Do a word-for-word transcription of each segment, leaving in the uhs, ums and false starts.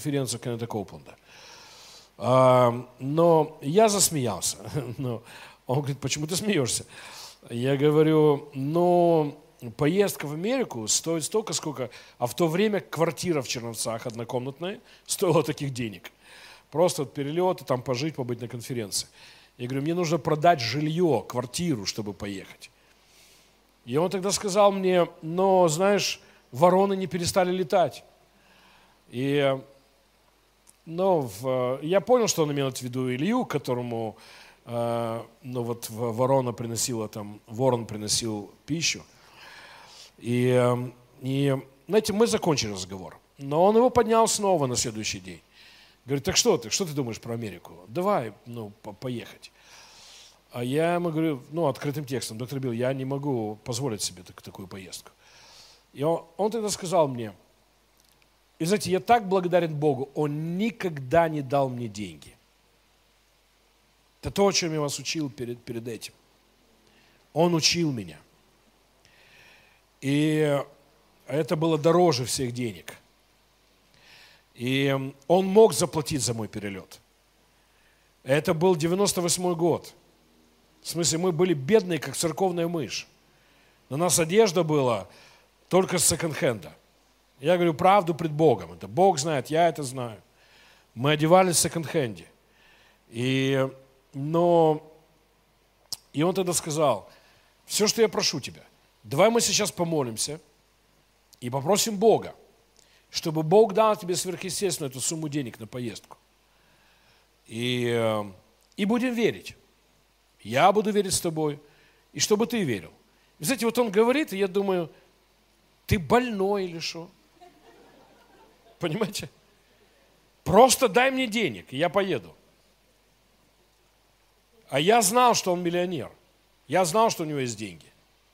конференцию Кеннета Коупленда. А, но я засмеялся. Но он говорит, почему ты смеешься? Я говорю, ну, поездка в Америку стоит столько, сколько... А в то время квартира в Черновцах однокомнатная стоила таких денег. Просто вот перелеты, там пожить, побыть на конференции. Я говорю, мне нужно продать жилье, квартиру, чтобы поехать. И он тогда сказал мне, но, знаешь, вороны не перестали летать. И, ну, в, я понял, что он имел в виду Илью, которому, э, ну, вот ворона приносила там, ворон приносил пищу. И, и, знаете, мы закончили разговор. Но он его поднял снова на следующий день. Говорит, так что ты, что ты думаешь про Америку? Давай, ну, по- поехать. А я ему говорю, ну, открытым текстом, доктор Билл, я не могу позволить себе так, такую поездку. И он, он тогда сказал мне, и знаете, я так благодарен Богу, Он никогда не дал мне деньги. Это то, о чем я вас учил перед, перед этим. Он учил меня. И это было дороже всех денег. И он мог заплатить за мой перелет. Это был девяносто восьмой год. В смысле, мы были бедные, как церковная мышь. На нас одежда была только с секонд-хенда. Я говорю правду пред Богом. Это Бог знает, я это знаю. Мы одевались в секонд-хенде. И, но, и он тогда сказал, все, что я прошу тебя, давай мы сейчас помолимся и попросим Бога, чтобы Бог дал тебе сверхъестественную эту сумму денег на поездку. И, и будем верить. Я буду верить с тобой, и чтобы ты верил. И, знаете, вот он говорит, и я думаю, ты больной или что? Понимаете? Просто дай мне денег, и я поеду. А я знал, что он миллионер. Я знал, что у него есть деньги.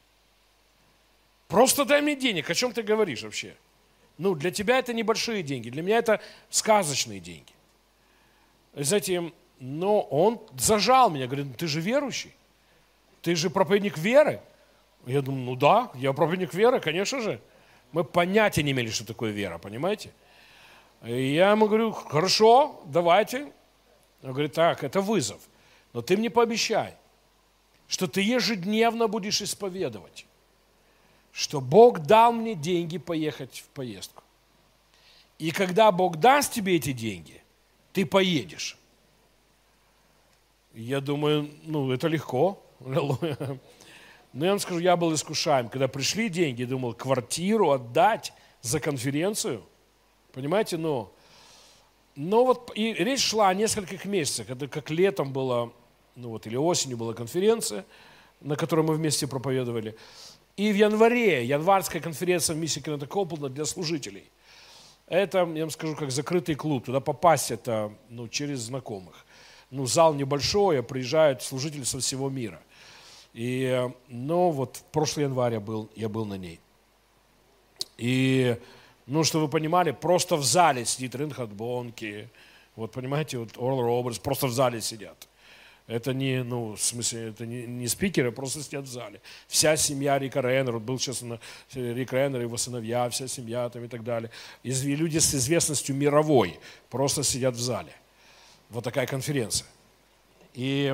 Просто дай мне денег. О чем ты говоришь вообще? Ну, для тебя это небольшие деньги, для меня это сказочные деньги. Знаете, но он зажал меня, говорит, ты же верующий, ты же проповедник веры. Я думаю, ну да, я проповедник веры, конечно же. Мы понятия не имели, что такое вера, понимаете? И я ему говорю, хорошо, давайте. Он говорит, так, это вызов, но ты мне пообещай, что ты ежедневно будешь исповедовать, что Бог дал мне деньги поехать в поездку. И когда Бог даст тебе эти деньги, ты поедешь. Я думаю, ну, это легко. Но я вам скажу, я был искушаем. Когда пришли деньги, думал, квартиру отдать за конференцию. Понимаете, ну, но вот и речь шла о нескольких месяцах. Это как летом было, ну вот, или осенью была конференция, на которой мы вместе проповедовали. И в январе, январская конференция в миссии Кеннета Коупленда для служителей. Это, я вам скажу, как закрытый клуб. Туда попасть это, ну, через знакомых. Ну, зал небольшой, а приезжают служители со всего мира. И, ну, вот в прошлый январь я был, я был на ней. И, ну, чтобы вы понимали, просто в зале сидит Рейнхард Бонке, вот, понимаете, вот Орл Робертс просто в зале сидят. Это не, ну, в смысле, это не, не спикеры, просто сидят в зале. Вся семья Рика Реннера, вот был сейчас на, Рик Реннер, его сыновья, вся семья там и так далее. И люди с известностью мировой просто сидят в зале. Вот такая конференция. И,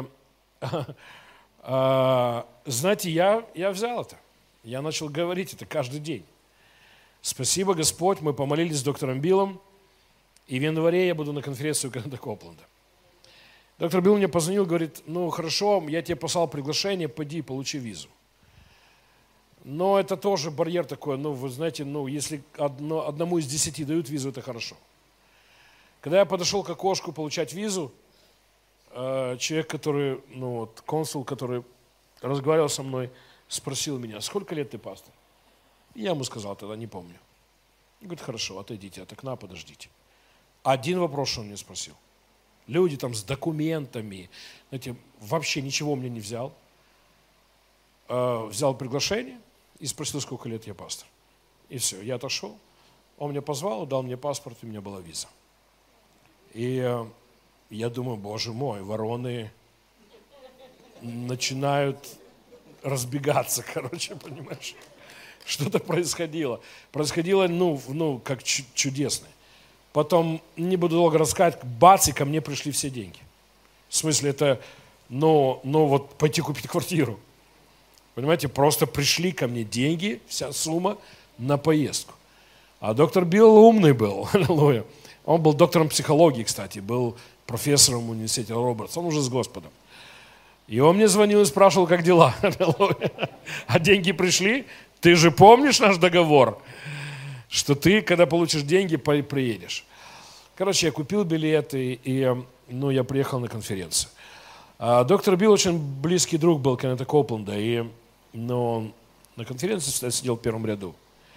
знаете, я, я взял это. Я начал говорить это каждый день. Спасибо, Господь, мы помолились с доктором Биллом, и в январе я буду на конференции у Кеннета Коупленда. Доктор Билл мне позвонил, говорит, ну хорошо, я тебе послал приглашение, пойди получи визу. Но это тоже барьер такой, ну вы знаете, ну если одно, одному из десяти дают визу, это хорошо. Когда я подошел к окошку получать визу, человек, который, ну вот, консул, который разговаривал со мной, спросил меня, сколько лет ты пастор? Я ему сказал тогда, не помню. Он говорит, хорошо, отойдите от окна, подождите. Один вопрос, что он мне спросил. Люди там с документами, знаете, вообще ничего у меня не взял. Взял приглашение и спросил, сколько лет я пастор. И все, я отошел. Он меня позвал, дал мне паспорт, и у меня была виза. И я думаю, боже мой, вороны начинают разбегаться, короче, понимаешь? Что-то происходило. Происходило, ну, ну как чудесное. Потом, не буду долго рассказывать, бац, и ко мне пришли все деньги. В смысле, это, ну, ну вот пойти купить квартиру. Понимаете, просто пришли ко мне деньги, вся сумма на поездку. А доктор Билл умный был, аллилуйя. Он был доктором психологии, кстати, был профессором в университете Робертс, он уже с Господом. И он мне звонил и спрашивал, как дела. А деньги пришли? Ты же помнишь наш договор, что ты, когда получишь деньги, приедешь. Короче, я купил билеты, и ну, я приехал на конференцию. А доктор Билл очень близкий друг был Кеннета Копленда, и ну, на конференции я сидел в первом ряду.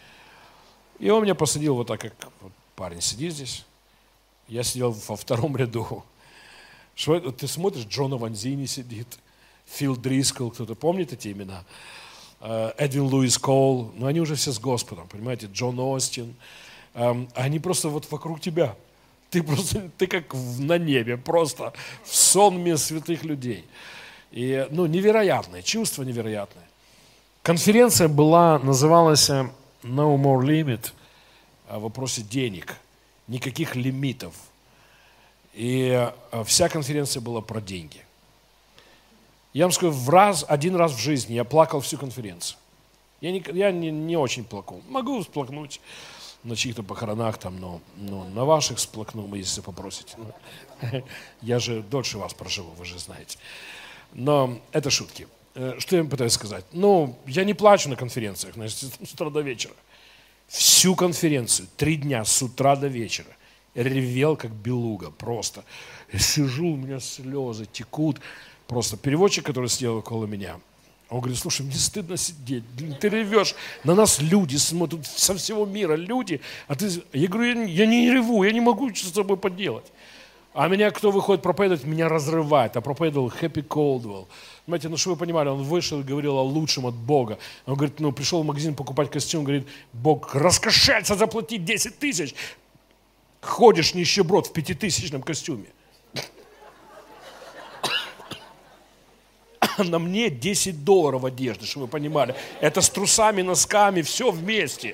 И он меня посадил вот так, как вот, парень, сиди здесь. Я сидел во втором ряду. Что, ты смотришь, Джона Ванзини сидит, Фил Дрискл, кто-то помнит эти имена? Эдвин Луис Коул, но они уже все с Господом, понимаете, Джон Остин. Они просто вот вокруг тебя. Ты просто, ты как на небе, просто в сонме святых людей. И, ну, невероятное, чувство невероятное. Конференция была, называлась No More Limit, о вопросе денег, никаких лимитов. И вся конференция была про деньги. Я вам скажу, в раз, один раз в жизни я плакал всю конференцию. Я не, я не, не очень плакал. Могу всплакнуть на чьих-то похоронах, там, но, но на ваших сплакну, если попросите. Я же дольше вас проживу, вы же знаете. Но это шутки. Что я пытаюсь сказать? Ну, я не плачу на конференциях, значит, с утра до вечера. Всю конференцию, три дня, с утра до вечера, ревел, как белуга, просто. Я сижу, у меня слезы текут. Просто переводчик, который сидел около меня, он говорит, слушай, мне стыдно сидеть, ты ревешь, на нас люди смотрят, со всего мира люди, а ты... Я говорю, я не реву, я не могу что с собой поделать. А меня, кто выходит проповедовать, меня разрывает. А проповедовал Хэппи Колдвелл. Понимаете, ну что вы понимали, он вышел и говорил о лучшем от Бога. Он говорит, ну пришел в магазин покупать костюм, говорит, Бог раскошелится заплатить десять тысяч. Ходишь нищеброд в пятитысячном костюме. На мне десять долларов одежды, чтобы вы понимали. Это с трусами, носками, все вместе.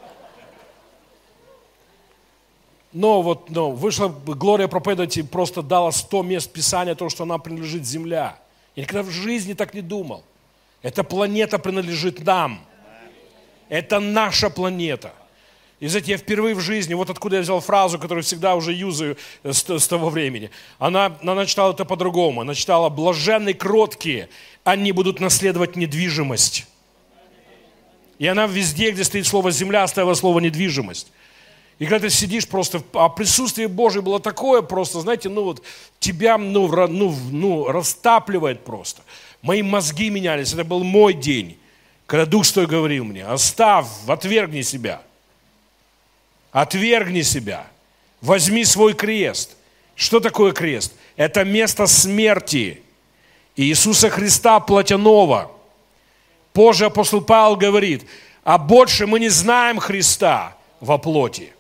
Но вот но вышла Глория проповедовать и просто дала сто мест Писания, то, что она принадлежит земля. Я никогда в жизни так не думал. Эта планета принадлежит нам. Это наша планета. И знаете, я впервые в жизни, вот откуда я взял фразу, которую всегда уже юзаю с, с того времени. Она, она читала это по-другому. Она читала, блаженные кроткие, они будут наследовать недвижимость. И она везде, где стоит слово земля, оставила слово недвижимость. И когда ты сидишь просто, а присутствие Божие было такое просто, знаете, ну вот тебя ну, ну, ну, растапливает просто. Мои мозги менялись, это был мой день, когда Дух Святой говорил мне, оставь, отвергни себя. Отвергни себя. Возьми свой крест. Что такое крест? Это место смерти Иисуса Христа плотяного. Позже апостол Павел говорит, а больше мы не знаем Христа во плоти.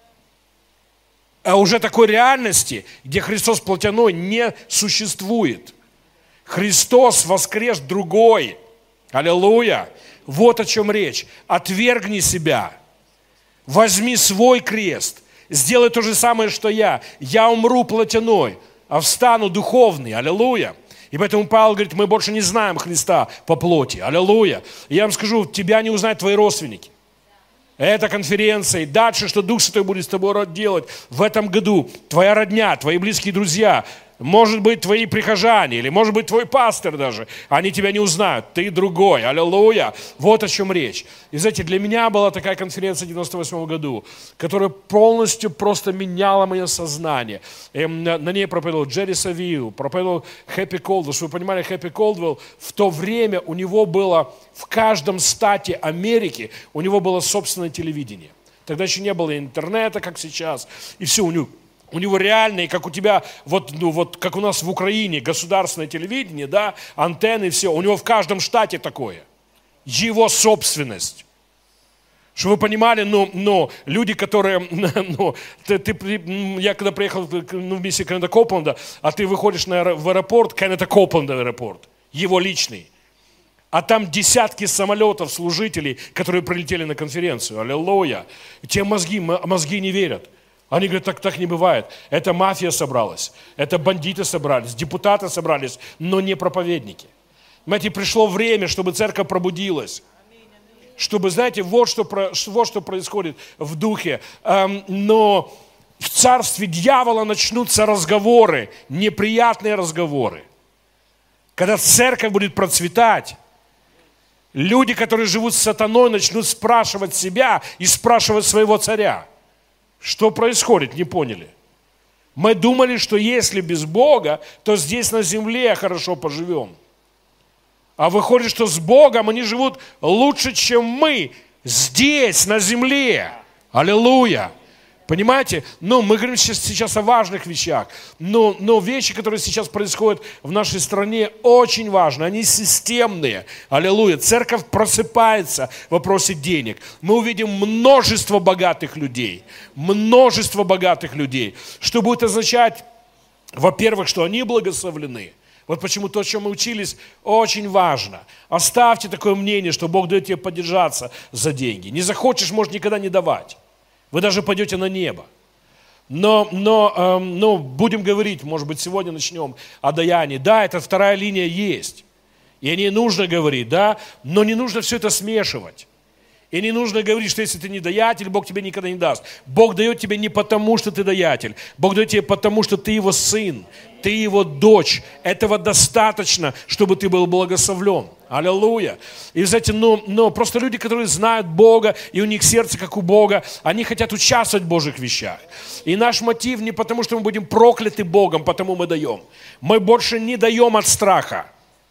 А уже такой реальности, где Христос плотяной не существует. Христос воскрес другой. Аллилуйя. Вот о чем речь. Отвергни себя. Возьми свой крест. Сделай то же самое, что я. Я умру плотяной, а встану духовный. Аллилуйя. И поэтому Павел говорит, мы больше не знаем Христа по плоти. Аллилуйя. И я вам скажу, тебя не узнают твои родственники. Это конференция, и дальше, что Дух Святой будет с тобой делать в этом году. Твоя родня, твои близкие друзья, может быть, твои прихожане, или может быть, твой пастор даже, они тебя не узнают, ты другой, аллилуйя. Вот о чем речь. И знаете, для меня была такая конференция в девяносто восьмом году, которая полностью просто меняла мое сознание. И на ней проповедовал Джерри Савиу, проповедовал Хэппи Колдвелл. Чтобы вы понимали, Хэппи Колдвелл в то время у него было в каждом штате Америки, у него было собственное телевидение. Тогда еще не было интернета, как сейчас, и все у него. У него реальные, как у тебя, вот, ну, вот как у нас в Украине, государственное телевидение, да, антенны, все. У него в каждом штате такое. Его собственность. Чтобы вы понимали, ну, ну люди, которые, ну, ты, ты, я когда приехал ну, в миссию Кеннета Копленда, а ты выходишь на, в аэропорт, Кеннета Копленда аэропорт, его личный. А там десятки самолетов, служителей, которые прилетели на конференцию. Аллилуйя. Те мозги, мозги не верят. Они говорят, так, так не бывает. Это мафия собралась, это бандиты собрались, депутаты собрались, но не проповедники. Знаете, пришло время, чтобы церковь пробудилась. Чтобы, знаете, вот что, вот что происходит в духе. Эм, но в царстве дьявола начнутся разговоры, неприятные разговоры. Когда церковь будет процветать, люди, которые живут с сатаной, начнут спрашивать себя и спрашивать своего царя. Что происходит, не поняли. Мы думали, что если без Бога, то здесь на земле хорошо поживем. А выходит, что с Богом они живут лучше, чем мы здесь, на земле. Аллилуйя. Понимаете? Ну, мы говорим сейчас, сейчас о важных вещах. Но, но вещи, которые сейчас происходят в нашей стране, очень важны. Они системные. Аллилуйя. Церковь просыпается в вопросе денег. Мы увидим множество богатых людей. Множество богатых людей. Что будет означать, во-первых, что они благословленны. Вот почему то, о чем мы учились, очень важно. Оставьте такое мнение, что Бог дает тебе поддержаться за деньги. Не захочешь, может, никогда не давать. Вы даже пойдете на небо. Но, но, эм, но будем говорить, может быть, сегодня начнем о даянии. Да, эта вторая линия есть. И о ней нужно говорить, да, но не нужно все это смешивать. И не нужно говорить, что если ты не даятель, Бог тебе никогда не даст. Бог дает тебе не потому, что ты даятель. Бог дает тебе потому, что ты его сын, ты его дочь. Этого достаточно, чтобы ты был благословлен. Аллилуйя. И, знаете, ну, ну, просто люди, которые знают Бога, и у них сердце, как у Бога, они хотят участвовать в Божьих вещах. И наш мотив не потому, что мы будем прокляты Богом, потому мы даем. Мы больше не даем от страха.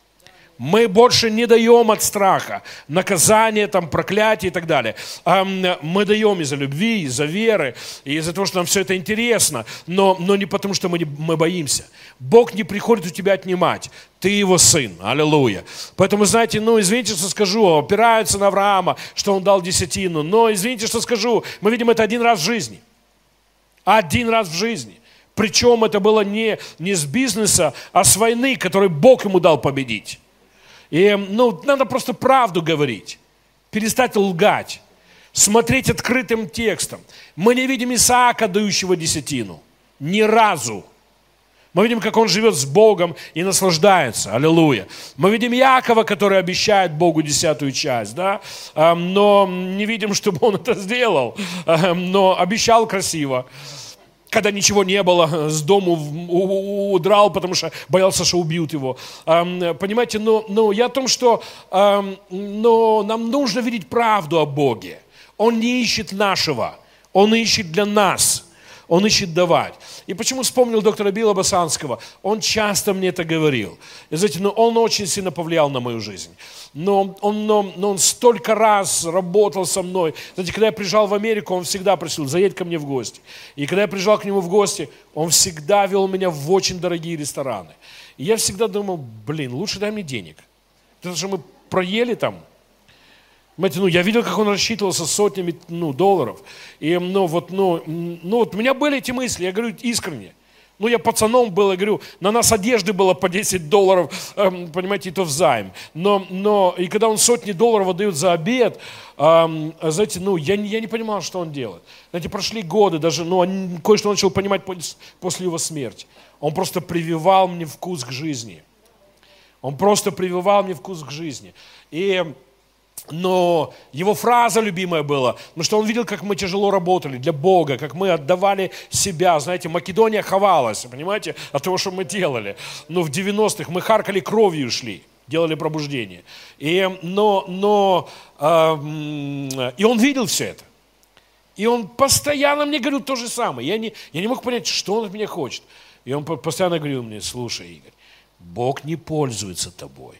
Мы больше не даем от страха, наказания, там, проклятия и так далее. Мы даем из-за любви, из-за веры, из-за того, что нам все это интересно, но, но не потому, что мы, не, мы боимся. Бог не приходит у тебя отнимать. Ты его сын. Аллилуйя. Поэтому, знаете, ну, извините, что скажу, опираются на Авраама, что он дал десятину, но, извините, что скажу, мы видим это один раз в жизни. Один раз в жизни. Причем это было не, не с бизнеса, а с войны, которой Бог ему дал победить. И, ну, надо просто правду говорить, перестать лгать, смотреть открытым текстом. Мы не видим Исаака, дающего десятину, ни разу. Мы видим, как он живет с Богом и наслаждается. Аллилуйя. Мы видим Иакова, который обещает Богу десятую часть, да? Но не видим, чтобы он это сделал, но обещал красиво. Когда ничего не было, с дому удрал, потому что боялся, что убьют его. Понимаете, но, но я о том, что но нам нужно видеть правду о Боге. Он не ищет нашего, Он ищет для нас. Он ищет давать. И почему вспомнил доктора Билла Басанского? Он часто мне это говорил. И знаете, ну, он очень сильно повлиял на мою жизнь. Но он, но, но он столько раз работал со мной. Знаете, когда я приезжал в Америку, он всегда просил, заедь ко мне в гости. И когда я приезжал к нему в гости, он всегда вел меня в очень дорогие рестораны. И я всегда думал, блин, лучше дай мне денег. Потому что мы проели там. Знаете, ну, я видел, как он рассчитывался сотнями ну, долларов. И, ну, вот, ну, ну, вот у меня были эти мысли, я говорю искренне. Ну, я пацаном был, я говорю, на нас одежды было по десять долларов, эм, понимаете, и то взаймы. Но, но, и когда он сотни долларов отдает за обед, эм, знаете, ну, я, я не понимал, что он делает. Знаете, прошли годы, даже, ну, он кое-что начал понимать после его смерти. Он просто прививал мне вкус к жизни. Он просто прививал мне вкус к жизни. И... Но его фраза любимая была, ну что он видел, как мы тяжело работали для Бога, как мы отдавали себя. Знаете, Македония ховалась, понимаете, от того, что мы делали. Но в девяностых мы харкали кровью шли, делали пробуждение. И, но, но, э, и он видел все это. И он постоянно мне говорил то же самое. Я не, я не мог понять, что он от меня хочет. И он постоянно говорил мне, слушай, Игорь, Бог не пользуется тобой.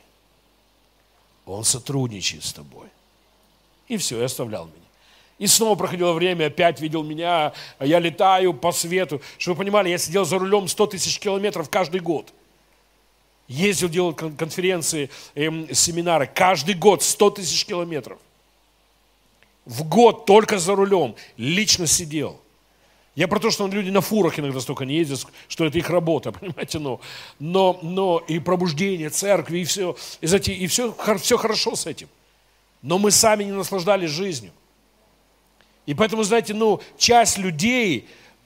Он сотрудничает с тобой. И все, и оставлял меня. И снова проходило время, опять видел меня, я летаю по свету. Чтобы вы понимали, я сидел за рулем сто тысяч километров каждый год. Ездил, делал конференции, эм, семинары. Каждый год сто тысяч километров. В год только за рулем. Лично сидел. Я про то, что люди на фурах иногда столько не ездят, что это их работа, понимаете, но, но, но и пробуждение церкви, и все, и, знаете, и все, все хорошо с этим. Но мы сами не наслаждались жизнью. И поэтому, знаете, ну, часть людей,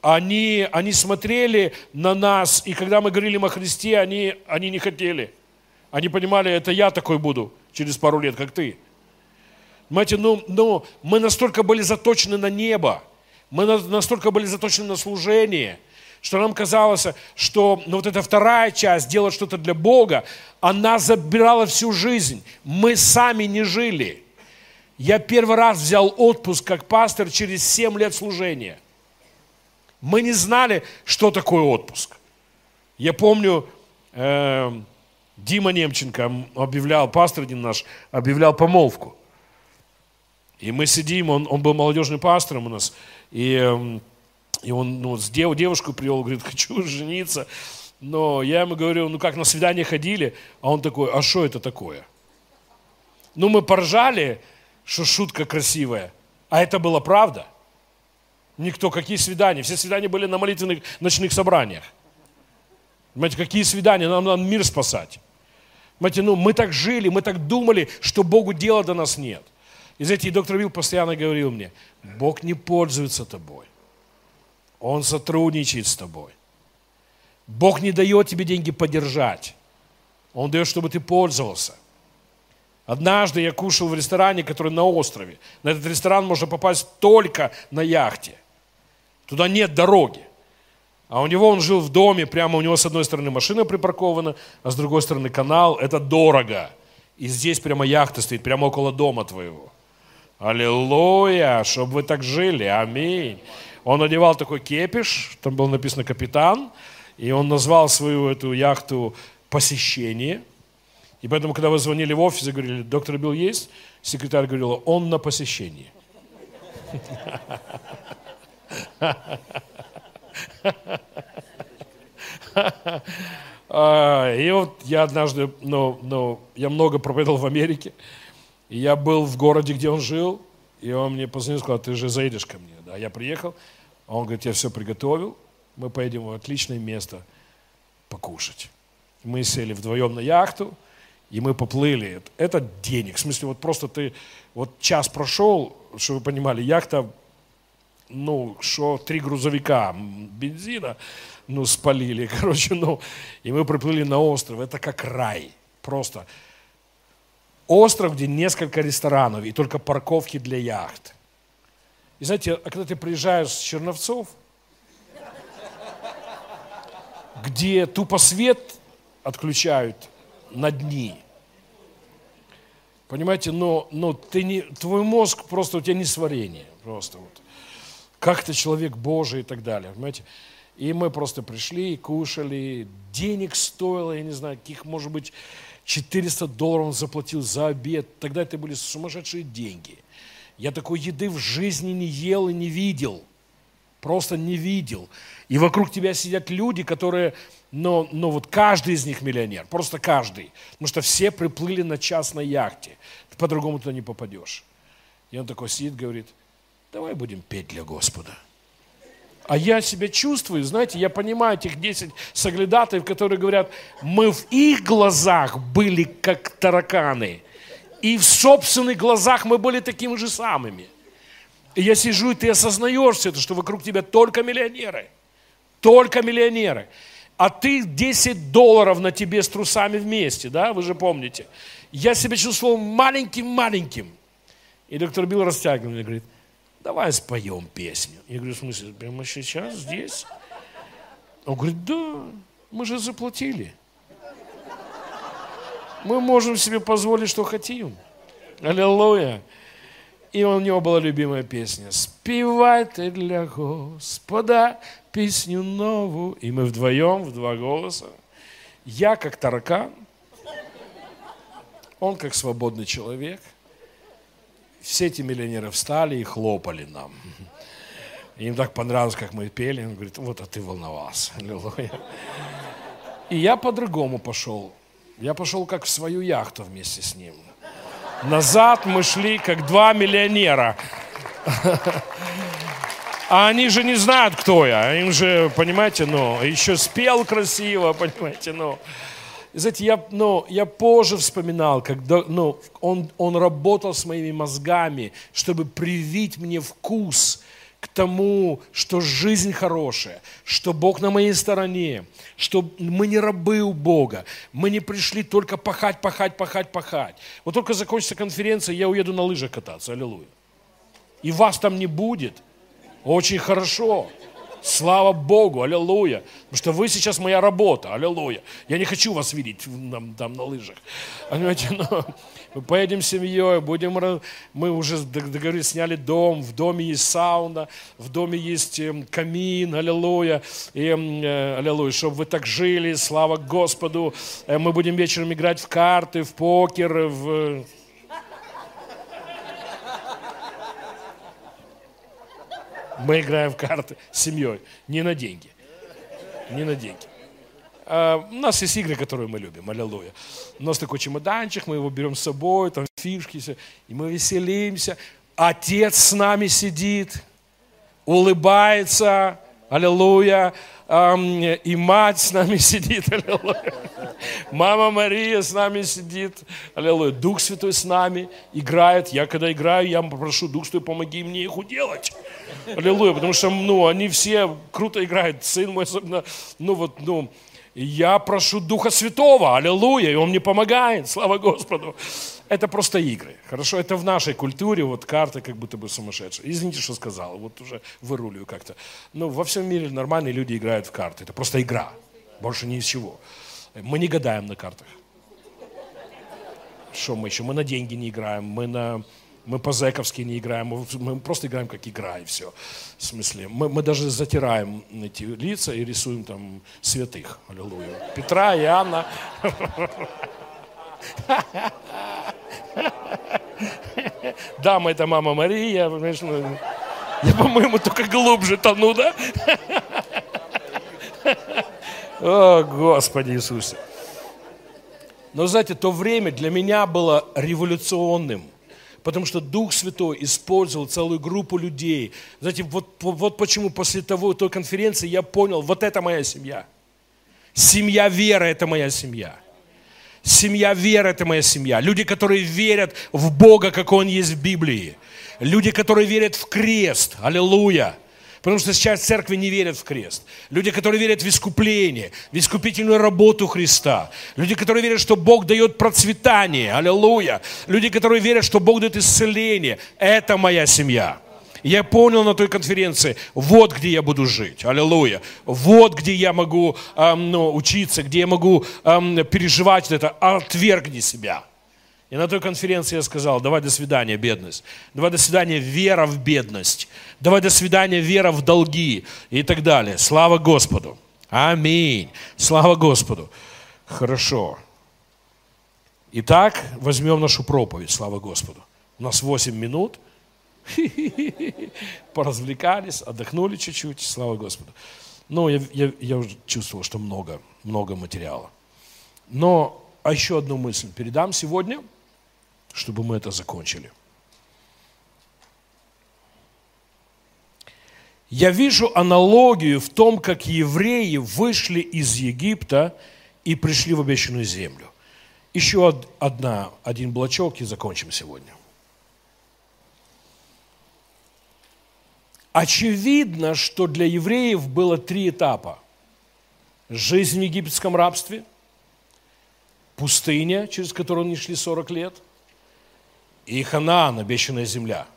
они, они смотрели на нас, и когда мы говорили им о Христе, они, они не хотели. Они понимали, это я такой буду через пару лет, как ты. Понимаете, ну, ну, мы настолько были заточены на небо, мы настолько были заточены на служение, что нам казалось, что ну, вот эта вторая часть, делать что-то для Бога, она забирала всю жизнь. Мы сами не жили. Я первый раз взял отпуск как пастор через семь лет служения. Мы не знали, что такое отпуск. Я помню, э, Дима Немченко объявлял, пастор один наш, объявлял помолвку. И мы сидим, он, он был молодежным пастором у нас, и, и он ну, с дев, девушку привел, говорит, хочу жениться. Но я ему говорю, ну как, на свидание ходили? А он такой, а что это такое? Ну мы поржали, что шутка красивая, а это была правда. Никто, какие свидания? Все свидания были на молитвенных ночных собраниях. Понимаете, какие свидания? Нам надо мир спасать. Понимаете, ну мы так жили, мы так думали, что Богу дела до нас нет. И знаете, доктор Билл постоянно говорил мне, Бог не пользуется тобой. Он сотрудничает с тобой. Бог не дает тебе деньги подержать. Он дает, чтобы ты пользовался. Однажды я кушал в ресторане, который на острове. На этот ресторан можно попасть только на яхте. Туда нет дороги. А у него он жил в доме, прямо у него с одной стороны машина припаркована, а с другой стороны канал. Это дорого. И здесь прямо яхта стоит, прямо около дома твоего. Аллилуйя, чтобы вы так жили, аминь. Он одевал такой кепиш, там было написано «Капитан», и он назвал свою эту яхту «Посещение». И поэтому, когда вы звонили в офис и говорили, доктор Билл есть? Секретарь говорила, он на посещении. И вот я однажды, ну, ну, я много проповедовал в Америке, и я был в городе, где он жил, и он мне позвонил и сказал, ты же заедешь ко мне. Да, я приехал, а он говорит, я все приготовил, мы поедем в отличное место покушать. Мы сели вдвоем на яхту, и мы поплыли. Это денег, в смысле, вот просто ты, вот час прошел, чтобы вы понимали, яхта, ну, что три грузовика бензина, ну, спалили, короче, ну, и мы приплыли на остров, это как рай, просто. Остров, где несколько ресторанов и только парковки для яхт. И знаете, а когда ты приезжаешь с Черновцов, где тупо свет отключают на дни, понимаете, но, но ты не, твой мозг просто, у тебя несварение, просто вот. Как ты человек Божий и так далее, понимаете. И мы просто пришли, кушали, денег стоило, я не знаю, каких, может быть, четыреста долларов он заплатил за обед. Тогда это были сумасшедшие деньги. Я такой еды в жизни не ел и не видел. Просто не видел. И вокруг тебя сидят люди, которые, ну, ну вот каждый из них миллионер. Просто каждый. Потому что все приплыли на частной яхте. Ты по-другому туда не попадешь. И он такой сидит, говорит, давай будем петь для Господа. А я себя чувствую, знаете, я понимаю этих десять соглядатаев, которые говорят, мы в их глазах были как тараканы, и в собственных глазах мы были такими же самыми. И я сижу, и ты осознаешь все это, что вокруг тебя только миллионеры, только миллионеры. А ты десять долларов на тебе с трусами вместе, да, вы же помните. Я себя чувствовал маленьким-маленьким. И доктор Билл растягивает меня и говорит, давай споем песню. Я говорю, в смысле, прямо сейчас, здесь? Он говорит, да, мы же заплатили. Мы можем себе позволить, что хотим. Аллилуйя. И у него была любимая песня. Спевай ты для Господа песню новую. И мы вдвоем, в два голоса. Я как таракан, он как свободный человек. Все эти миллионеры встали и хлопали нам. Им так понравилось, как мы пели. Он говорит, вот, а ты волновался. Аллилуйя. И я по-другому пошел. Я пошел как в свою яхту вместе с ним. Назад мы шли, как два миллионера. А они же не знают, кто я. Им же, понимаете, ну, еще спел красиво, понимаете, ну. Знаете, я, ну, я позже вспоминал, когда ну, он, он работал с моими мозгами, чтобы привить мне вкус к тому, что жизнь хорошая, что Бог на моей стороне, что мы не рабы у Бога, мы не пришли только пахать, пахать, пахать, пахать. Вот только закончится конференция, я уеду на лыжах кататься, аллилуйя. И вас там не будет. Очень хорошо. Слава Богу, аллилуйя. Потому что вы сейчас моя работа, аллилуйя. Я не хочу вас видеть там, там на лыжах. Понимаете, но мы поедем с семьей, будем, мы уже договорились, сняли дом, в доме есть сауна, в доме есть камин, аллилуйя. И, аллилуйя, чтобы вы так жили, слава Господу. Мы будем вечером играть в карты, в покер, в... Мы играем в карты с семьей, не на деньги, не на деньги. А, у нас есть игры, которые мы любим, аллилуйя. У нас такой чемоданчик, мы его берем с собой, там фишки, все, и мы веселимся. Отец с нами сидит, улыбается, аллилуйя. И мать с нами сидит, аллилуйя. Мама Мария с нами сидит, аллилуйя. Дух Святой с нами играет. Я когда играю, я попрошу, Дух Святой, помоги мне их уделать. Аллилуйя, потому что, ну, они все круто играют. Сын мой особенно, ну, вот, ну, я прошу Духа Святого, аллилуйя, и Он мне помогает, слава Господу. Это просто игры, хорошо? Это в нашей культуре, вот карты как будто бы сумасшедшие. Извините, что сказал, вот уже вырулю как-то. Но во всем мире нормальные люди играют в карты. Это просто игра, больше ничего. Мы не гадаем на картах. Что мы еще? Мы на деньги не играем, мы, на, мы по-зэковски не играем, мы, мы просто играем как игра и все. В смысле, мы, мы даже затираем эти лица и рисуем там святых, аллилуйя. Петра и Иоанна. Дама, это мама Мария. Я, по-моему, только глубже тону, да? О, Господи Иисусе. Но, знаете, то время для меня было революционным, потому что Дух Святой использовал целую группу людей. Знаете, вот, вот почему после того, той конференции я понял, вот это моя семья. Семья веры – это моя семья. Семья веры – это моя семья. Люди, которые верят в Бога, как Он есть в Библии. Люди, которые верят в крест. Аллилуйя. Потому что сейчас в церкви не верят в крест. Люди, которые верят в искупление, в искупительную работу Христа. Люди, которые верят, что Бог дает процветание. Аллилуйя. Люди, которые верят, что Бог дает исцеление. Это моя семья. Я понял на той конференции, вот где я буду жить, аллилуйя, вот где я могу эм, ну, учиться, где я могу эм, переживать это, отвергни себя. И на той конференции я сказал, давай до свидания, бедность, давай до свидания, вера в бедность, давай до свидания, вера в долги и так далее. Слава Господу. Аминь. Слава Господу. Хорошо. Итак, возьмем нашу проповедь, слава Господу. У нас восемь минут. Поразвлекались, отдохнули чуть-чуть, слава Господу. Ну, я, я, я уже чувствовал, что много, много материала. Но, а еще одну мысль передам сегодня, чтобы мы это закончили. Я вижу аналогию в том, как евреи вышли из Египта и пришли в обещанную землю. Еще одна, один блочок и закончим сегодня. Очевидно, что для евреев было три этапа. Жизнь в египетском рабстве, пустыня, через которую они шли сорок лет, и Ханаан, обещанная земля.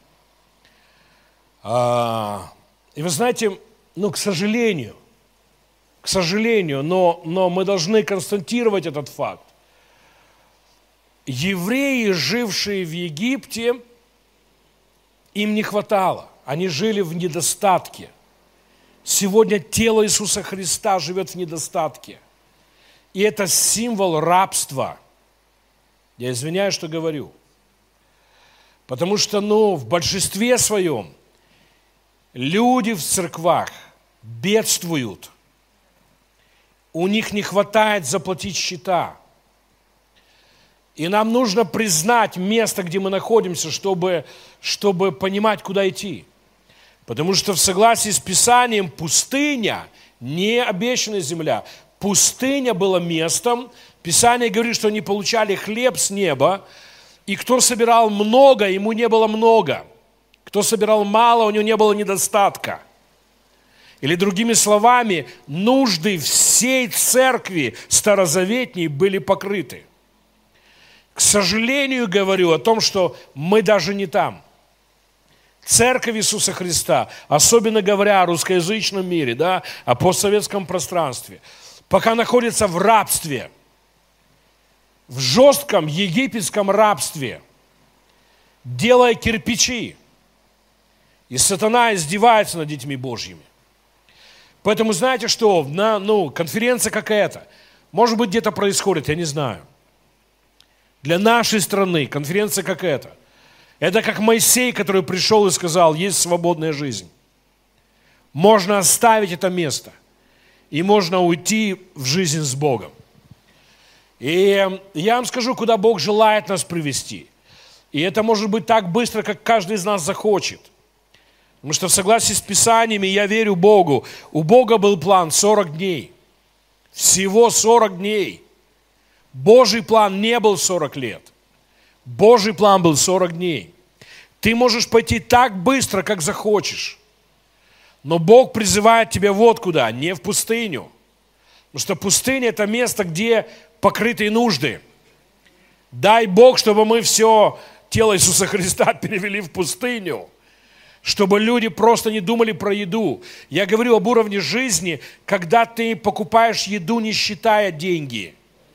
А, и вы знаете, ну, к сожалению, к сожалению, но, но мы должны констатировать этот факт. Евреи, жившие в Египте, им не хватало. Они жили в недостатке. Сегодня тело Иисуса Христа живет в недостатке. И это символ рабства. Я извиняюсь, что говорю. Потому что, ну, в большинстве своем люди в церквах бедствуют. У них не хватает заплатить счета. И нам нужно признать место, где мы находимся, чтобы, чтобы понимать, куда идти. Потому что в согласии с Писанием пустыня, не обещанная земля, пустыня была местом. Писание говорит, что они получали хлеб с неба, и кто собирал много, ему не было много. Кто собирал мало, у него не было недостатка. Или другими словами, нужды всей церкви старозаветней были покрыты. К сожалению, говорю о том, что мы даже не там. Церковь Иисуса Христа, особенно говоря о русскоязычном мире, да, о постсоветском пространстве, пока находится в рабстве, в жестком египетском рабстве, делая кирпичи. И сатана издевается над детьми Божьими. Поэтому знаете что, на, ну, конференция какая-то, может быть, где-то происходит, я не знаю. Для нашей страны конференция какая-то. Это как Моисей, который пришел и сказал, есть свободная жизнь. Можно оставить это место, и можно уйти в жизнь с Богом. И я вам скажу, куда Бог желает нас привести. И это может быть так быстро, как каждый из нас захочет. Потому что в согласии с Писаниями я верю Богу. У Бога был план сорок дней. Всего сорок дней. Божий план не был сорок лет. Божий план был сорок дней. Ты можешь пойти так быстро, как захочешь. Но Бог призывает тебя вот куда, не в пустыню. Потому что пустыня – это место, где покрытые нужды. Дай Бог, чтобы мы все тело Иисуса Христа перевели в пустыню. Чтобы люди просто не думали про еду. Я говорю об уровне жизни, когда ты покупаешь еду, не считая деньги.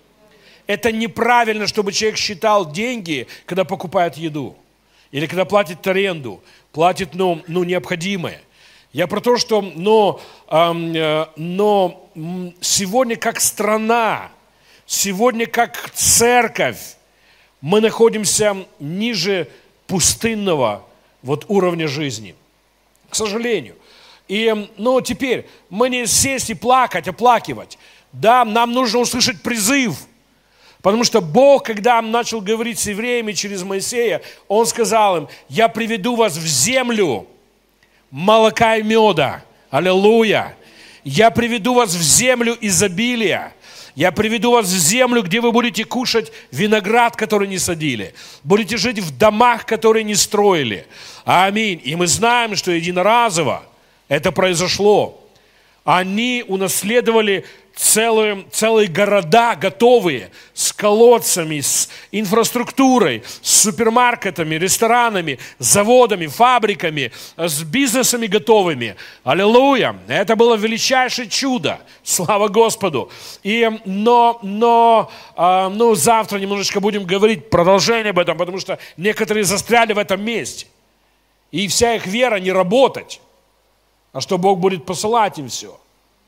Это неправильно, чтобы человек считал деньги, когда покупает еду. Или когда платит аренду, платит ну, ну, необходимое. Я про то, что но, э, но сегодня как страна, сегодня как церковь, мы находимся ниже пустынного вот уровня жизни, к сожалению. И, ну, теперь мы не сесть и плакать, оплакивать. Да, нам нужно услышать призыв. Потому что Бог, когда начал говорить с евреями через Моисея, Он сказал им, я приведу вас в землю молока и меда. Аллилуйя. Я приведу вас в землю изобилия. Я приведу вас в землю, где вы будете кушать виноград, который не садили. Будете жить в домах, которые не строили. Аминь. И мы знаем, что единоразово это произошло. Они унаследовали целые, целые города готовые, с колодцами, с инфраструктурой, с супермаркетами, ресторанами, заводами, фабриками, с бизнесами готовыми. Аллилуйя! Это было величайшее чудо. Слава Господу! И, но, но э, ну, завтра немножечко будем говорить продолжение об этом, потому что некоторые застряли в этом месте. И вся их вера не работать, а что Бог будет посылать им все.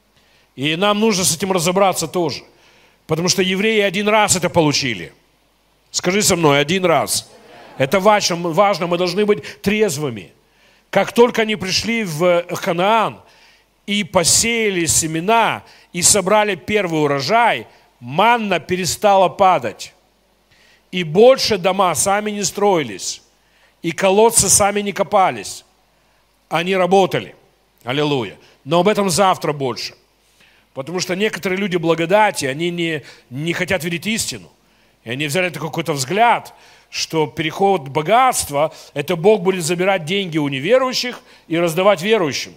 И нам нужно с этим разобраться тоже. Потому что евреи один раз это получили. Скажи со мной, один раз. Это важно, важно, мы должны быть трезвыми. Как только они пришли в Ханаан и посеяли семена, и собрали первый урожай, манна перестала падать. И больше дома сами не строились. И колодцы сами не копались. Они работали. Аллилуйя. Но об этом завтра больше. Потому что некоторые люди благодати, они не, не хотят видеть истину. И они взяли такой какой-то взгляд, что переход богатства, это Бог будет забирать деньги у неверующих и раздавать верующим.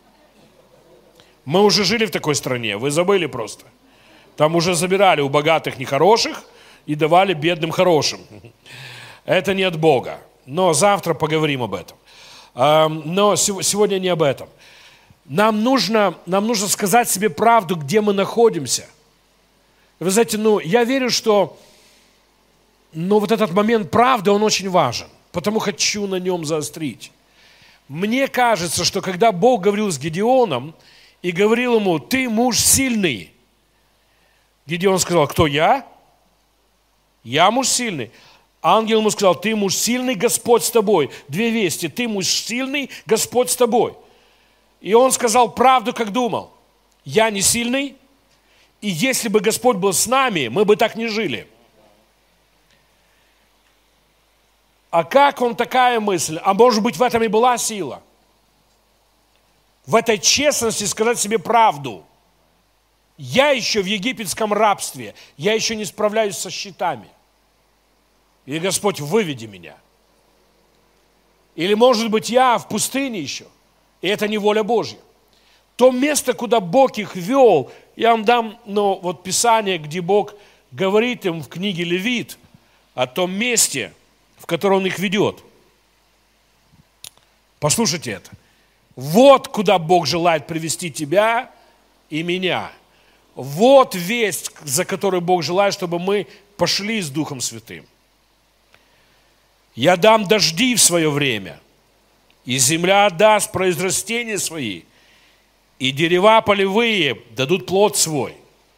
Мы уже жили в такой стране, вы забыли просто. Там уже забирали у богатых нехороших и давали бедным хорошим. Это не от Бога. Но завтра поговорим об этом. Но сегодня не об этом. Нам нужно, нам нужно сказать себе правду, где мы находимся. Вы знаете, ну, я верю, что ну, вот этот момент правды, он очень важен. Потому хочу на нем заострить. Мне кажется, что когда Бог говорил с Гедеоном и говорил ему, ты муж сильный. Гедеон сказал, кто я? Я муж сильный. Ангел ему сказал, ты муж сильный, Господь с тобой. Две вести, ты муж сильный, Господь с тобой. И он сказал правду, как думал. Я не сильный, и если бы Господь был с нами, мы бы так не жили. А как он такая мысль? А может быть, в этом и была сила? В этой честности сказать себе правду. Я еще в египетском рабстве, я еще не справляюсь со счетами. И Господь, выведи меня. Или, может быть, я в пустыне еще. И это не воля Божья. То место, куда Бог их вел, я вам дам, ну, вот Писание, где Бог говорит им в книге Левит о том месте, в котором Он их ведет. Послушайте это. Вот куда Бог желает привести тебя и меня. Вот весть, за которую Бог желает, чтобы мы пошли с Духом Святым. Я дам дожди в свое время, и земля отдаст произрастения свои, и дерева полевые дадут плод свой.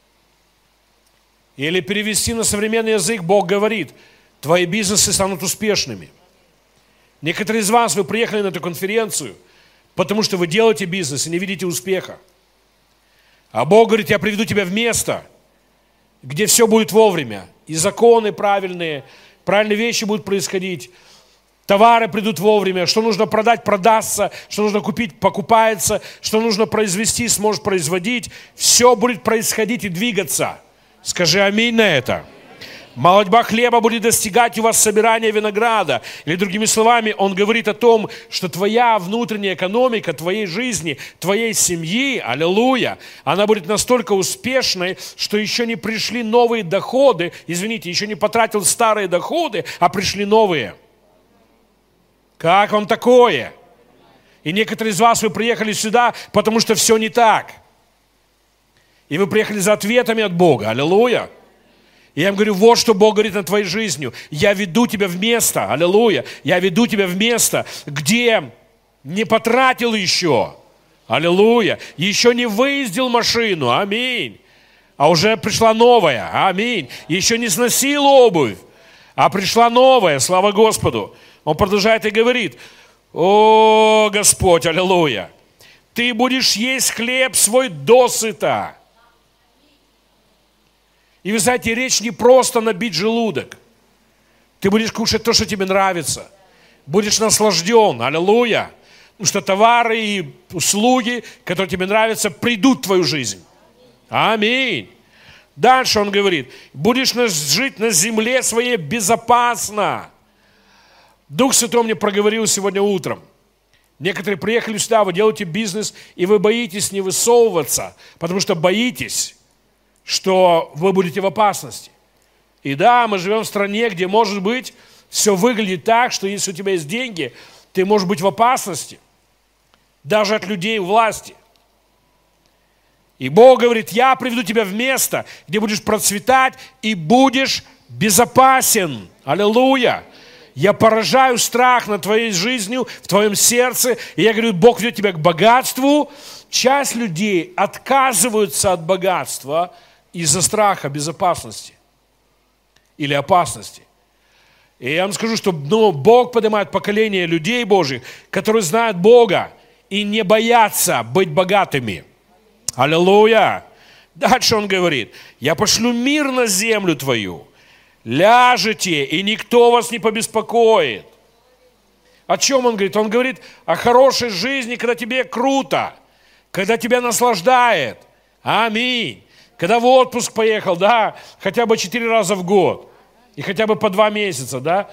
Или перевести на современный язык, Бог говорит, твои бизнесы станут успешными. Некоторые из вас, вы приехали на эту конференцию, потому что вы делаете бизнес и не видите успеха. А Бог говорит, я приведу тебя в место, где все будет вовремя. И законы правильные, правильные вещи будут происходить. Товары придут вовремя. Что нужно продать, продастся. Что нужно купить, покупается. Что нужно произвести, сможет производить. Все будет происходить и двигаться. Скажи аминь на это. Молодьба хлеба будет достигать у вас собирания винограда. Или другими словами, он говорит о том, что твоя внутренняя экономика, твоей жизни, твоей семьи, аллилуйя, она будет настолько успешной, что еще не пришли новые доходы, извините, еще не потратил старые доходы, а пришли новые. Как вам такое? И некоторые из вас, вы приехали сюда, потому что все не так. И вы приехали за ответами от Бога, аллилуйя. И я им говорю, вот что Бог говорит над твоей жизнью. Я веду тебя в место, аллилуйя, я веду тебя в место, где не потратил еще, аллилуйя, еще не выездил машину, аминь, а уже пришла новая, аминь, еще не сносил обувь, а пришла новая, слава Господу. Он продолжает и говорит, о, Господь, аллилуйя, ты будешь есть хлеб свой досыта. И вы знаете, речь не просто набить желудок. Ты будешь кушать то, что тебе нравится. Будешь наслажден, аллилуйя. Потому что товары и услуги, которые тебе нравятся, придут в твою жизнь. Аминь. Дальше он говорит, будешь жить на земле своей безопасно. Дух Святой мне проговорил сегодня утром. Некоторые приехали сюда, вы делаете бизнес, и вы боитесь не высовываться, потому что боитесь, что вы будете в опасности. И да, мы живем в стране, где, может быть, все выглядит так, что если у тебя есть деньги, ты можешь быть в опасности. Даже от людей власти. И Бог говорит, я приведу тебя в место, где будешь процветать и будешь безопасен. Аллилуйя. Я поражаю страх над твоей жизнью, в твоем сердце. И я говорю, Бог ведет тебя к богатству. Часть людей отказываются от богатства из-за страха безопасности или опасности. И я вам скажу, что ну, Бог поднимает поколение людей Божьих, которые знают Бога и не боятся быть богатыми. Аллилуйя! Дальше он говорит, я пошлю мир на землю твою, ляжете, и никто вас не побеспокоит. О чем он говорит? Он говорит о хорошей жизни, когда тебе круто, когда тебя наслаждает. Аминь. Когда в отпуск поехал, да, хотя бы четыре раза в год. И хотя бы по два месяца, да.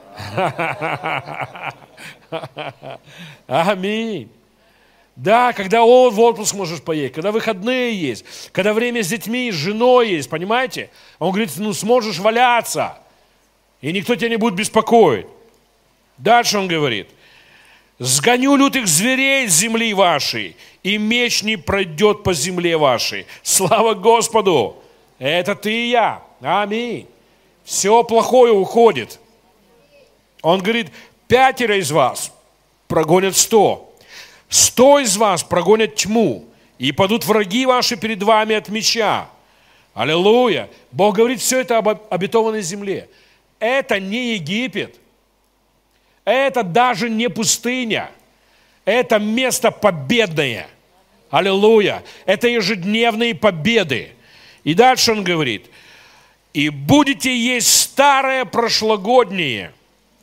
Аминь. Да, когда в отпуск можешь поехать, когда выходные есть, когда время с детьми, с женой есть, понимаете? Он говорит, ну сможешь валяться, и никто тебя не будет беспокоить. Дальше он говорит, сгоню лютых зверей с земли вашей, и меч не пройдет по земле вашей. Слава Господу! Это ты и я. Аминь. Все плохое уходит. Он говорит, пятеро из вас прогонят сто. Сто из вас прогонят тьму. И падут враги ваши перед вами от меча. Аллилуйя. Бог говорит все это об обетованной земле. Это не Египет. Это даже не пустыня. Это место победное. Аллилуйя. Это ежедневные победы. И дальше он говорит, и будете есть старое прошлогоднее.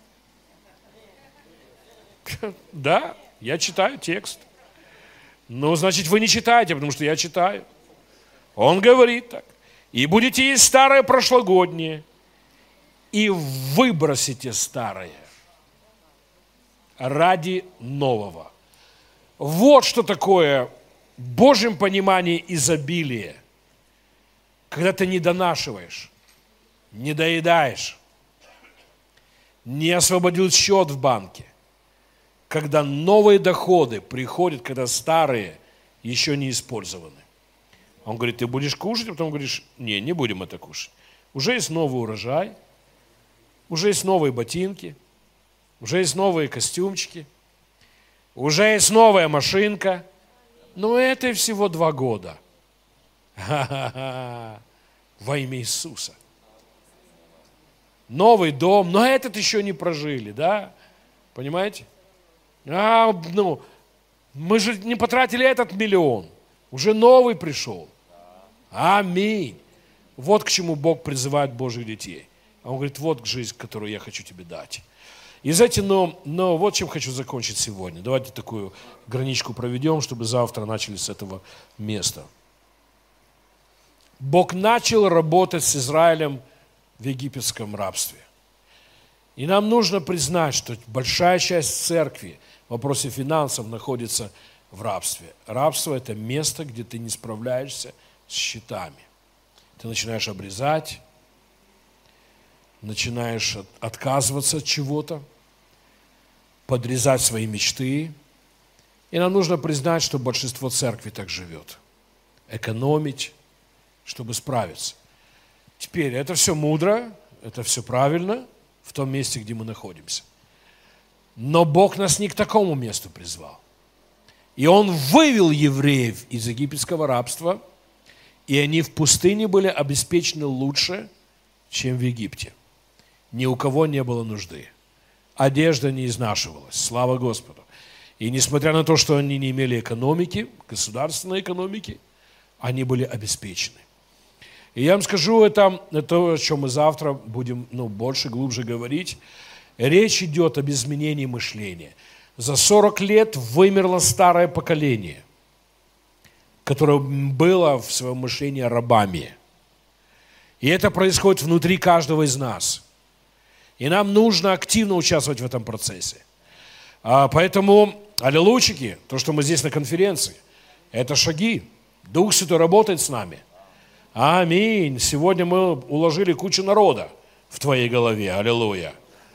Да, я читаю текст. Ну, значит, вы не читаете, потому что я читаю. Он говорит так. И будете есть старое прошлогоднее, и выбросите старое. ради нового. Вот что такое в Божьем понимании изобилие. Когда ты не донашиваешь, не доедаешь, не освободил счет в банке. Когда новые доходы приходят, когда старые еще не использованы. Он говорит, ты будешь кушать, а потом говоришь, не, не будем это кушать. Уже есть новый урожай, уже есть новые ботинки, уже есть новые костюмчики, уже есть новая машинка, но это всего два года. Ха-ха-ха. Во имя Иисуса. Новый дом, но этот еще не прожили, да? Понимаете? А, ну, мы же не потратили этот миллион, уже новый пришел. Аминь. Вот к чему Бог призывает Божьих детей. А Он говорит, вот жизнь, которую я хочу тебе дать. И знаете, но, но вот чем хочу закончить сегодня. Давайте такую граничку проведем, чтобы завтра начали с этого места. Бог начал работать с Израилем в египетском рабстве. И нам нужно признать, что большая часть церкви в вопросе финансов находится в рабстве. Рабство – это место, где ты не справляешься с счетами. Ты начинаешь обрезать, начинаешь отказываться от чего-то, подрезать свои мечты. И нам нужно признать, что большинство церкви так живет. Экономить, чтобы справиться. Теперь, это все мудро, это все правильно в том месте, где мы находимся. Но Бог нас не к такому месту призвал. И Он вывел евреев из египетского рабства, и они в пустыне были обеспечены лучше, чем в Египте. Ни у кого не было нужды. Одежда не изнашивалась, слава Господу. И несмотря на то, что они не имели экономики, государственной экономики, они были обеспечены. И я вам скажу, это, это то, о чем мы завтра будем ну, больше, глубже говорить. Речь идет об изменении мышления. За сорок лет вымерло старое поколение, которое было в своем мышлении рабами. И это происходит внутри каждого из нас. И нам нужно активно участвовать в этом процессе. А поэтому, аллилуйчики, то, что мы здесь на конференции, это шаги. Дух Святой работает с нами. Аминь. Сегодня мы уложили кучу народа в твоей голове. Аллилуйя.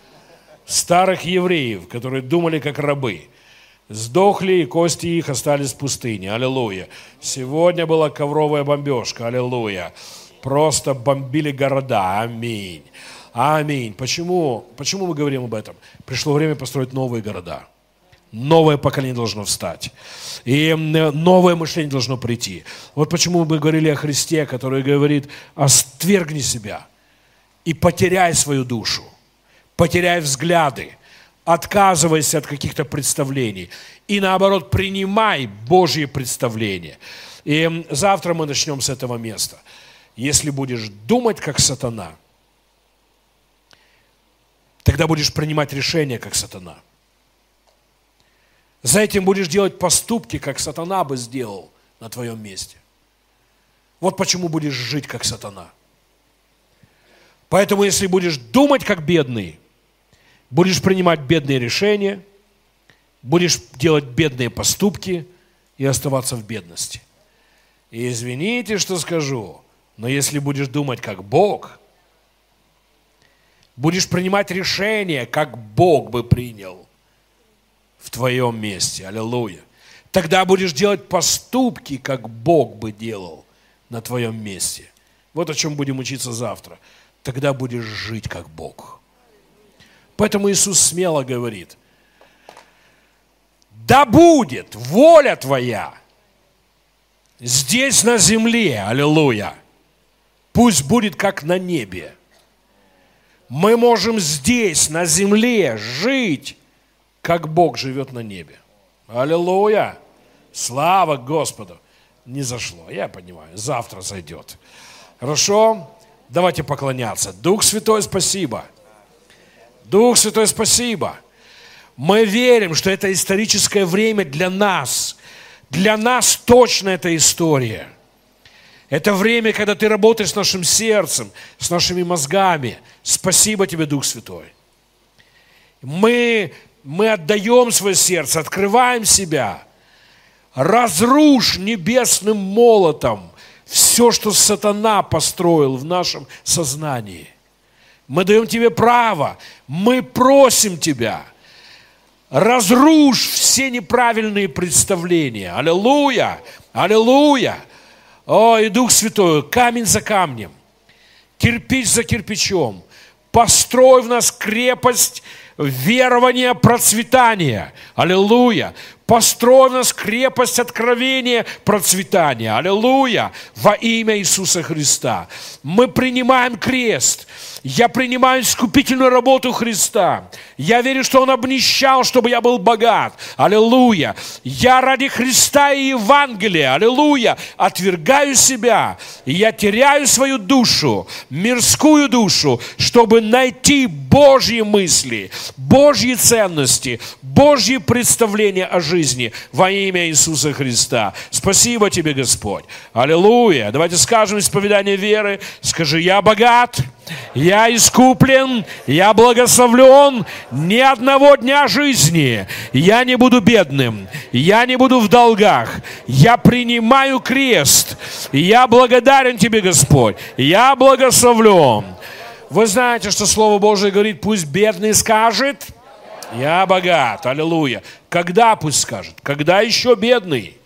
Старых евреев, которые думали как рабы. Сдохли, и кости их остались в пустыне. Аллилуйя. Сегодня была ковровая бомбежка. Аллилуйя. Просто бомбили города. Аминь. Аминь. Почему? Почему мы говорим об этом? Пришло время построить новые города. Новое поколение должно встать. И новое мышление должно прийти. Вот почему мы говорили о Христе, который говорит, отвергни себя и потеряй свою душу, потеряй взгляды, отказывайся от каких-то представлений и наоборот принимай Божьи представления. И завтра мы начнем с этого места. Если будешь думать как сатана, тогда будешь принимать решения как сатана. За этим будешь делать поступки, как сатана бы сделал на твоем месте. Вот почему будешь жить, как сатана. Поэтому, если будешь думать, как бедный, будешь принимать бедные решения, будешь делать бедные поступки и оставаться в бедности. И извините, что скажу, но если будешь думать, как Бог, будешь принимать решения, как Бог бы принял в твоем месте. Аллилуйя. Тогда будешь делать поступки, как Бог бы делал на твоем месте. Вот о чем будем учиться завтра. Тогда будешь жить, как Бог. Поэтому Иисус смело говорит, да будет воля твоя здесь на земле. Аллилуйя. Пусть будет, как на небе. Мы можем здесь, на земле, жить, как Бог живет на небе. Аллилуйя! Слава Господу! Не зашло, я понимаю, завтра зайдет. Хорошо? Давайте поклоняться. Дух Святой, спасибо. Дух Святой, спасибо. Мы верим, что это историческое время для нас. Для нас точно это история. Это время, когда ты работаешь с нашим сердцем, с нашими мозгами. Спасибо тебе, Дух Святой. Мы мы отдаем свое сердце, открываем себя. Разрушь небесным молотом все, что сатана построил в нашем сознании. Мы даем тебе право, мы просим тебя. Разрушь все неправильные представления. Аллилуйя! Аллилуйя! О, и Дух Святой, камень за камнем, кирпич за кирпичом, построй в нас крепость верования, процветания. Аллилуйя! Построй в нас крепость откровения, процветания. Аллилуйя! Во имя Иисуса Христа. Мы принимаем крест. Я принимаю искупительную работу Христа. Я верю, что Он обнищал, чтобы я был богат. Аллилуйя! Я ради Христа и Евангелия, аллилуйя, отвергаю себя. И я теряю свою душу, мирскую душу, чтобы найти Божьи мысли, Божьи ценности, Божьи представления о жизни во имя Иисуса Христа. Спасибо тебе, Господь. Аллилуйя! Давайте скажем исповедание веры. Скажи: я богат, я искуплен, я благословлен. Ни одного дня жизни я не буду бедным, я не буду в долгах. Я принимаю крест. Я благодарен тебе, Господь. Я благословлен. Вы знаете, что Слово Божие говорит: пусть бедный скажет: я богат. Аллилуйя. Когда пусть скажет? Когда еще бедный?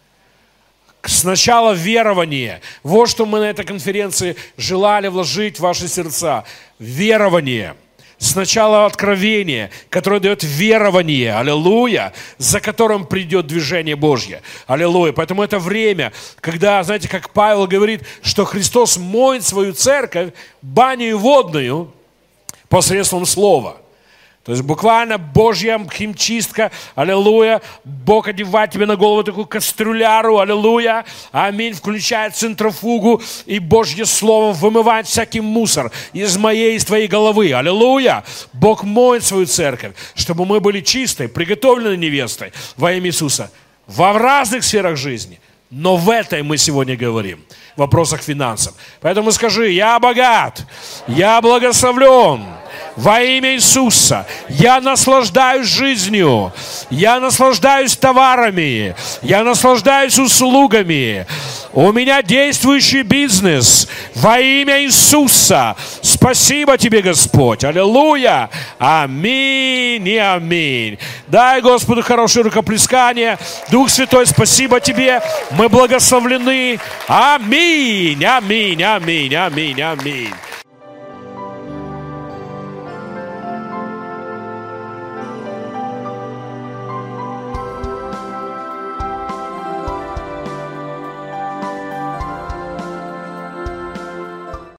Сначала верование. Вот что мы на этой конференции желали вложить в ваши сердца. Верование. Сначала откровение, которое дает верование. Аллилуйя. За которым придет движение Божье. Аллилуйя. Поэтому это время, когда, знаете, как Павел говорит, что Христос моет свою церковь баню водную посредством слова. То есть буквально Божья химчистка, аллилуйя, Бог одевает тебе на голову такую кастрюляру, аллилуйя, аминь, включает центрофугу, и Божье Слово вымывает всякий мусор из моей, из твоей головы, аллилуйя. Бог моет свою церковь, чтобы мы были чистой, приготовленной невестой во имя Иисуса во разных сферах жизни. Но в этой мы сегодня говорим, в вопросах финансов. Поэтому скажи: я богат, я благословлен. Во имя Иисуса я наслаждаюсь жизнью, я наслаждаюсь товарами, я наслаждаюсь услугами. У меня действующий бизнес во имя Иисуса. Спасибо тебе, Господь. Аллилуйя. Аминь и аминь. Дай Господу хорошее рукоплескание. Дух Святой, спасибо тебе. Мы благословлены. Аминь, аминь, аминь, аминь, аминь.